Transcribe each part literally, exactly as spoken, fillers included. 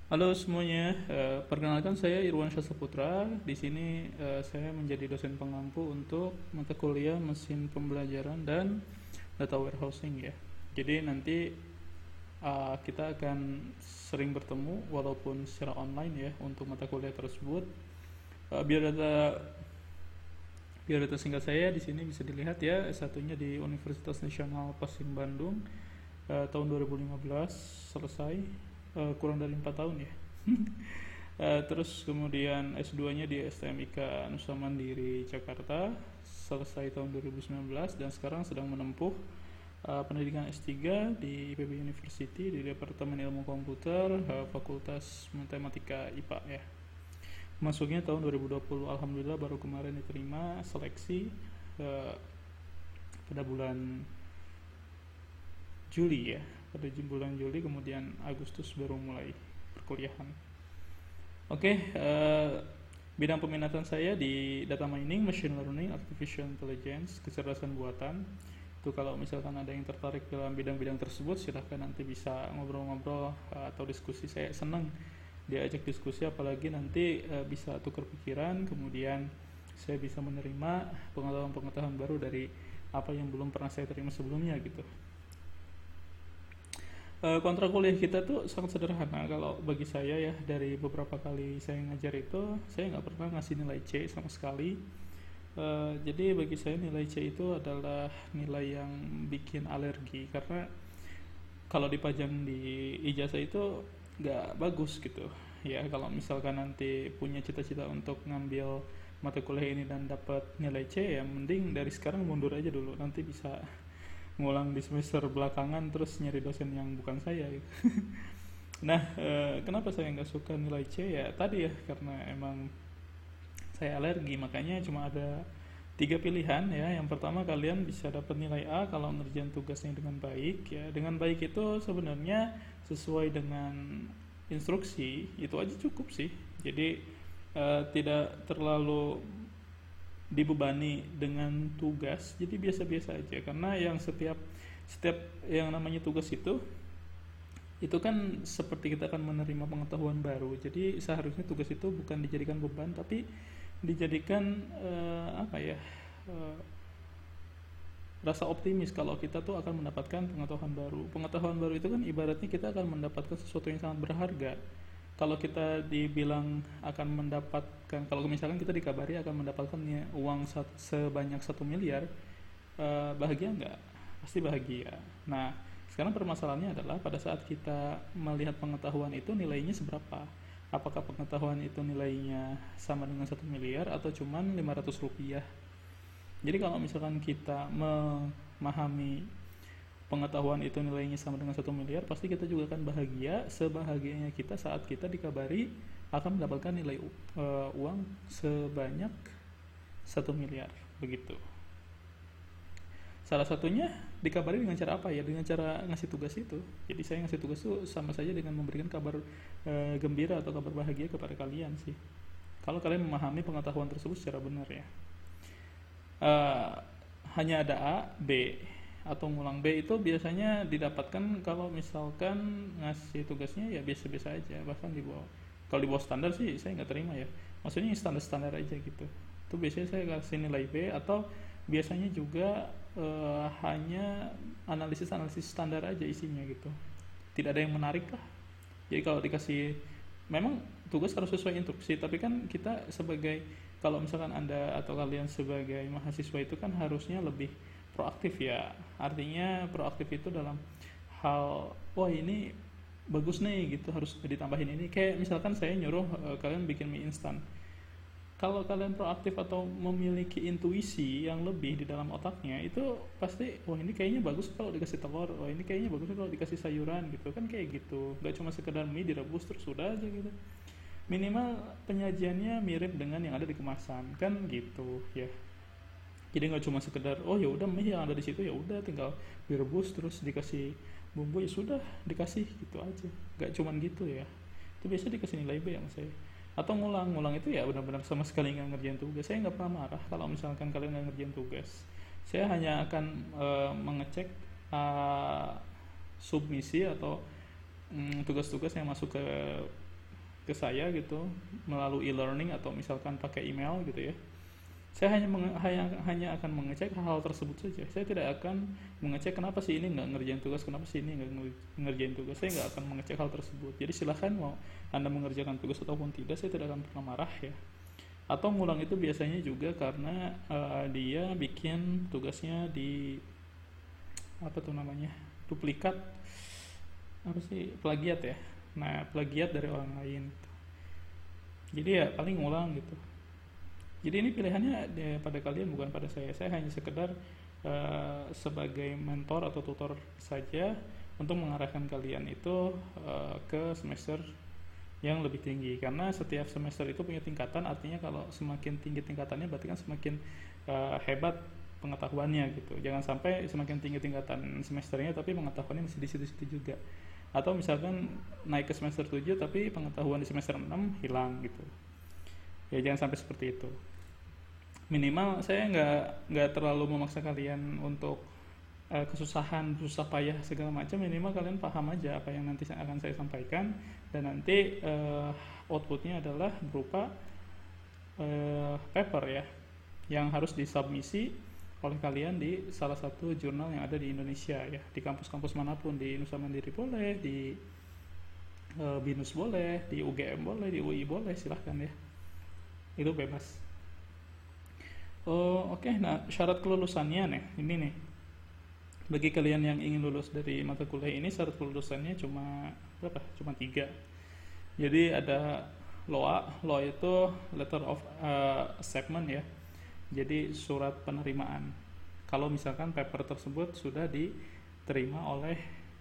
Halo semuanya, eh, perkenalkan saya Irwan Syahsaputra. Di sini eh, saya menjadi dosen pengampu untuk mata kuliah mesin pembelajaran dan data warehousing ya. Jadi nanti eh, kita akan sering bertemu walaupun secara online ya untuk mata kuliah tersebut. Eh, biar data biar data singkat saya di sini bisa dilihat ya, S satu-nya di Universitas Nasional Pasir Bandung eh, tahun dua ribu lima belas selesai, eh, kurang dari empat tahun ya. Eh, terus kemudian S dua-nya di S T M I K Nusa Mandiri Jakarta selesai tahun dua ribu sembilan belas dan sekarang sedang menempuh eh, pendidikan S tiga di I P B University di Departemen Ilmu Komputer, eh, Fakultas Matematika I P A ya. Masuknya tahun dua ribu dua puluh, alhamdulillah baru kemarin diterima seleksi eh, pada bulan Juli ya. Pada bulan Juli kemudian Agustus baru mulai perkuliahan. Oke, eh, bidang peminatan saya di data mining, machine learning, artificial intelligence, kecerdasan buatan. Itu kalau misalkan ada yang tertarik dalam bidang-bidang tersebut, silahkan nanti bisa ngobrol-ngobrol eh, atau diskusi. Saya senang diajak diskusi, apalagi nanti eh, bisa tukar pikiran, kemudian saya bisa menerima pengetahuan-pengetahuan baru dari apa yang belum pernah saya terima sebelumnya gitu. Eh, kontrak kuliah kita tuh sangat sederhana kalau bagi saya ya. Dari beberapa kali saya ngajar itu saya nggak pernah ngasih nilai C sama sekali. Eh, jadi bagi saya nilai C itu adalah nilai yang bikin alergi, karena kalau dipajang di ijazah itu nggak bagus gitu ya. Kalau misalkan nanti punya cita-cita untuk ngambil mata kuliah ini dan dapat nilai C, ya mending dari sekarang mundur aja dulu, nanti bisa ngulang di semester belakangan terus nyari dosen yang bukan saya gitu. Nah, e, kenapa saya nggak suka nilai C ya tadi ya, karena emang saya alergi. Makanya cuma ada tiga pilihan ya. Yang pertama, kalian bisa dapat nilai A kalau ngerjain tugasnya dengan baik ya. Dengan baik itu sebenarnya sesuai dengan instruksi, itu aja cukup sih. Jadi e, tidak terlalu dibebani dengan tugas, jadi biasa-biasa aja. Karena yang setiap setiap yang namanya tugas itu itu kan seperti kita akan menerima pengetahuan baru. Jadi seharusnya tugas itu bukan dijadikan beban, tapi dijadikan eh, apa ya eh, rasa optimis kalau kita tuh akan mendapatkan pengetahuan baru. Pengetahuan baru itu kan ibaratnya kita akan mendapatkan sesuatu yang sangat berharga. Kalau kita dibilang akan mendapatkan, kalau misalkan kita dikabari akan mendapatkan uang sebanyak satu miliar, eh, bahagia nggak? Pasti bahagia. Nah, sekarang permasalahannya adalah pada saat kita melihat pengetahuan itu nilainya seberapa? Apakah pengetahuan itu nilainya sama dengan satu miliar atau cuman lima ratus rupiah? Jadi kalau misalkan kita memahami pengetahuan itu nilainya sama dengan satu miliar, pasti kita juga akan bahagia sebahagianya kita saat kita dikabari akan mendapatkan nilai uh, uang sebanyak satu miliar begitu. Salah satunya dikabari dengan cara apa ya? Dengan cara ngasih tugas itu. Jadi saya ngasih tugas itu sama saja dengan memberikan kabar uh, gembira atau kabar bahagia kepada kalian sih, kalau kalian memahami pengetahuan tersebut secara benar ya. Uh, hanya ada A, B atau ngulang. B itu biasanya didapatkan kalau misalkan ngasih tugasnya ya biasa-biasa aja, bahkan di bawah, kalau di bawah standar sih saya nggak terima ya, maksudnya standar-standar aja gitu. Itu biasanya saya kasih nilai B, atau biasanya juga eh, hanya analisis-analisis standar aja isinya gitu, tidak ada yang menarik lah. Jadi kalau dikasih, memang tugas harus sesuai instruksi, tapi kan kita sebagai, kalau misalkan anda atau kalian sebagai mahasiswa itu kan harusnya lebih proaktif ya. Artinya proaktif itu dalam hal, wah ini bagus nih gitu, harus ditambahin ini. Kayak misalkan saya nyuruh uh, kalian bikin mie instan, kalau kalian proaktif atau memiliki intuisi yang lebih di dalam otaknya, itu pasti wah ini kayaknya bagus kalau dikasih telur, wah ini kayaknya bagus kalau dikasih sayuran gitu kan, kayak gitu. Gak cuma sekedar mie direbus terus sudah aja gitu, minimal penyajiannya mirip dengan yang ada di kemasan kan gitu ya. Jadi nggak cuma sekedar oh ya udah mie yang ada di situ ya udah tinggal direbus terus dikasih bumbu ya sudah dikasih gitu aja, nggak cuman gitu ya. Itu biasa dikasih nilai B yang saya. Atau ngulang, ngulang itu ya benar-benar sama sekali nggak ngerjain tugas. Saya nggak pernah marah kalau misalkan kalian nggak ngerjain tugas. Saya hanya akan e, mengecek e, submisi atau mm, tugas-tugas yang masuk ke ke saya gitu melalui e-learning atau misalkan pakai email gitu ya, saya hanya menge- hanya, hanya akan mengecek hal-hal tersebut saja. Saya tidak akan mengecek kenapa sih ini nggak ngerjain tugas, kenapa sih ini nggak nge- ngerjain tugas. Saya nggak akan mengecek hal tersebut. Jadi silahkan mau Anda mengerjakan tugas ataupun tidak, saya tidak akan pernah marah ya. Atau ngulang itu biasanya juga karena uh, dia bikin tugasnya di apa tuh namanya, duplikat, apa sih, plagiat ya. Nah, plagiat dari orang lain. Jadi ya paling ngulang gitu. Jadi ini pilihannya ya, pada kalian, bukan pada saya. Saya hanya sekedar uh, sebagai mentor atau tutor saja untuk mengarahkan kalian itu uh, ke semester yang lebih tinggi. Karena setiap semester itu punya tingkatan, artinya kalau semakin tinggi tingkatannya berarti kan semakin uh, hebat pengetahuannya gitu. Jangan sampai semakin tinggi tingkatan semesternya tapi pengetahuannya masih di situ-situ juga. Atau misalkan naik ke semester tujuh tapi pengetahuan di semester enam hilang gitu. Ya jangan sampai seperti itu. Minimal saya nggak nggak terlalu memaksa kalian untuk uh, kesusahan, susah payah segala macam. Minimal kalian paham aja apa yang nanti akan saya sampaikan, dan nanti uh, outputnya adalah berupa uh, paper ya, yang harus disubmisi oleh kalian di salah satu jurnal yang ada di Indonesia ya, di kampus-kampus manapun, di Nusa Mandiri boleh, di uh, BINUS boleh, di U G M boleh, di U I boleh, silahkan ya, itu bebas. Oh, oke. Okay. Nah, syarat kelulusannya nih, ini nih. Bagi kalian yang ingin lulus dari mata kuliah ini, syarat kelulusannya cuma berapa? Cuma tiga. Jadi ada L O A, L O A itu letter of uh, acceptance ya. Jadi surat penerimaan. Kalau misalkan paper tersebut sudah diterima oleh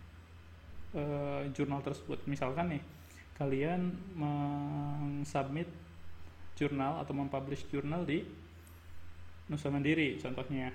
uh, jurnal tersebut. Misalkan nih, kalian mensubmit jurnal atau mempublish jurnal di Nusa Mandiri contohnya.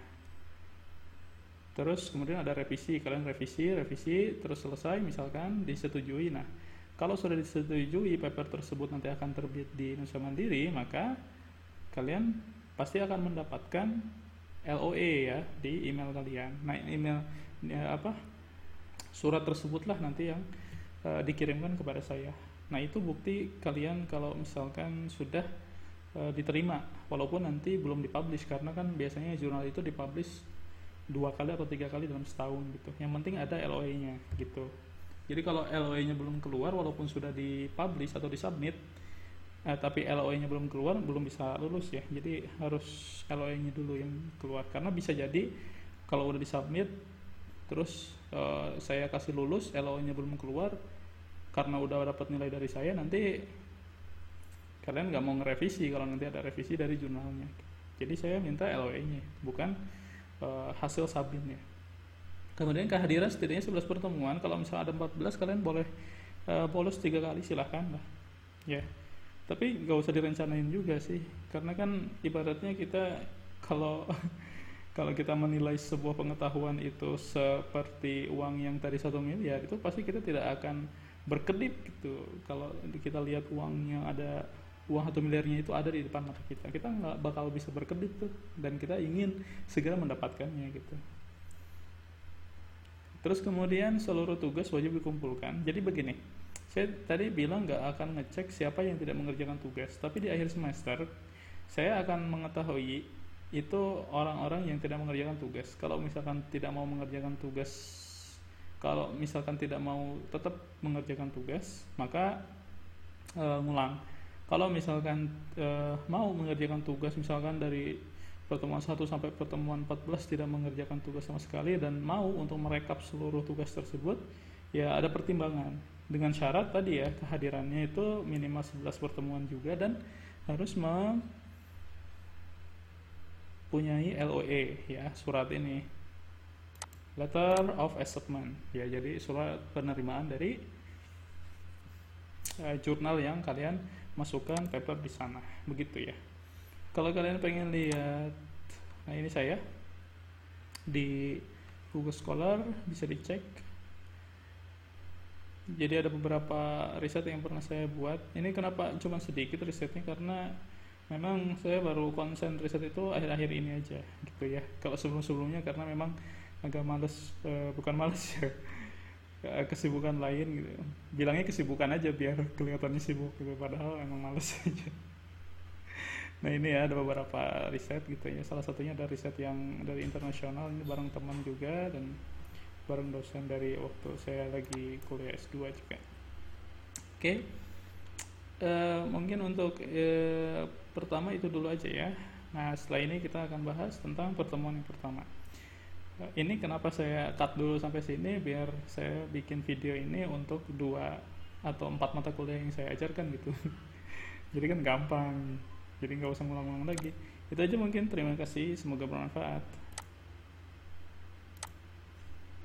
Terus kemudian ada revisi, kalian revisi, revisi terus selesai, misalkan disetujui. Nah, kalau sudah disetujui paper tersebut nanti akan terbit di Nusa Mandiri, maka kalian pasti akan mendapatkan L O E ya di email kalian. Nah, email ya, apa? Surat tersebutlah nanti yang uh, dikirimkan kepada saya. Nah, itu bukti kalian kalau misalkan sudah uh, diterima, walaupun nanti belum dipublish, karena kan biasanya jurnal itu dipublish dua kali atau tiga kali dalam setahun gitu. Yang penting ada L O E-nya gitu. Jadi kalau L O E-nya belum keluar walaupun sudah dipublish atau disubmit, eh, tapi L O E-nya belum keluar, belum bisa lulus ya. Jadi harus L O E-nya dulu yang keluar. Karena bisa jadi kalau udah disubmit terus eh, saya kasih lulus, L O E-nya belum keluar karena udah dapat nilai dari saya, nanti kalian nggak mau ngerevisi kalau nanti ada revisi dari jurnalnya. Jadi saya minta L O E-nya, bukan uh, hasil submitnya. Kemudian kehadiran setidaknya sebelas pertemuan. Kalau misalnya ada empat belas, kalian boleh uh, bolos tiga kali, silahkan lah ya. Tapi nggak usah direncanain juga sih, karena kan ibaratnya kita kalau kalau kita menilai sebuah pengetahuan itu seperti uang yang tadi satu miliar, itu pasti kita tidak akan berkedip gitu. Kalau kita lihat uang yang ada, uang satu miliarnya itu ada di depan mata kita, kita nggak bakal bisa berkedip tuh, dan kita ingin segera mendapatkannya gitu. Terus kemudian seluruh tugas wajib dikumpulkan. Jadi begini, saya tadi bilang nggak akan ngecek siapa yang tidak mengerjakan tugas, tapi di akhir semester saya akan mengetahui itu orang-orang yang tidak mengerjakan tugas. Kalau misalkan tidak mau mengerjakan tugas, kalau misalkan tidak mau tetap mengerjakan tugas, maka e, ngulang. Kalau misalkan e, mau mengerjakan tugas, misalkan dari pertemuan satu sampai pertemuan empat belas tidak mengerjakan tugas sama sekali dan mau untuk merekap seluruh tugas tersebut, ya ada pertimbangan. Dengan syarat tadi ya, kehadirannya itu minimal sebelas pertemuan juga dan harus mempunyai L O E ya, surat ini, letter of acceptance ya, jadi surat penerimaan dari uh, jurnal yang kalian masukkan paper di sana, begitu ya. Kalau kalian pengen lihat, nah ini saya di Google Scholar, bisa dicek. Jadi ada beberapa riset yang pernah saya buat. Ini kenapa cuma sedikit risetnya, karena memang saya baru konsen riset itu akhir-akhir ini aja gitu ya. Kalau sebelum-sebelumnya karena memang agak males, eh, bukan males ya, eh, kesibukan lain gitu. Bilangnya kesibukan aja biar kelihatannya sibuk gitu, padahal emang males aja. Nah ini ya ada beberapa riset gitu ya. Salah satunya ada riset yang dari internasional, ini bareng teman juga dan bareng dosen dari waktu saya lagi kuliah S dua juga. Oke, eh, mungkin untuk eh, pertama itu dulu aja ya. Nah setelah ini kita akan bahas tentang pertemuan yang pertama. Eh, ini kenapa saya cut dulu sampai sini, biar saya bikin video ini untuk dua atau empat mata kuliah yang saya ajarkan gitu. Jadi kan gampang, jadi nggak usah ngulang-ngulang lagi. Itu aja mungkin, terima kasih, semoga bermanfaat.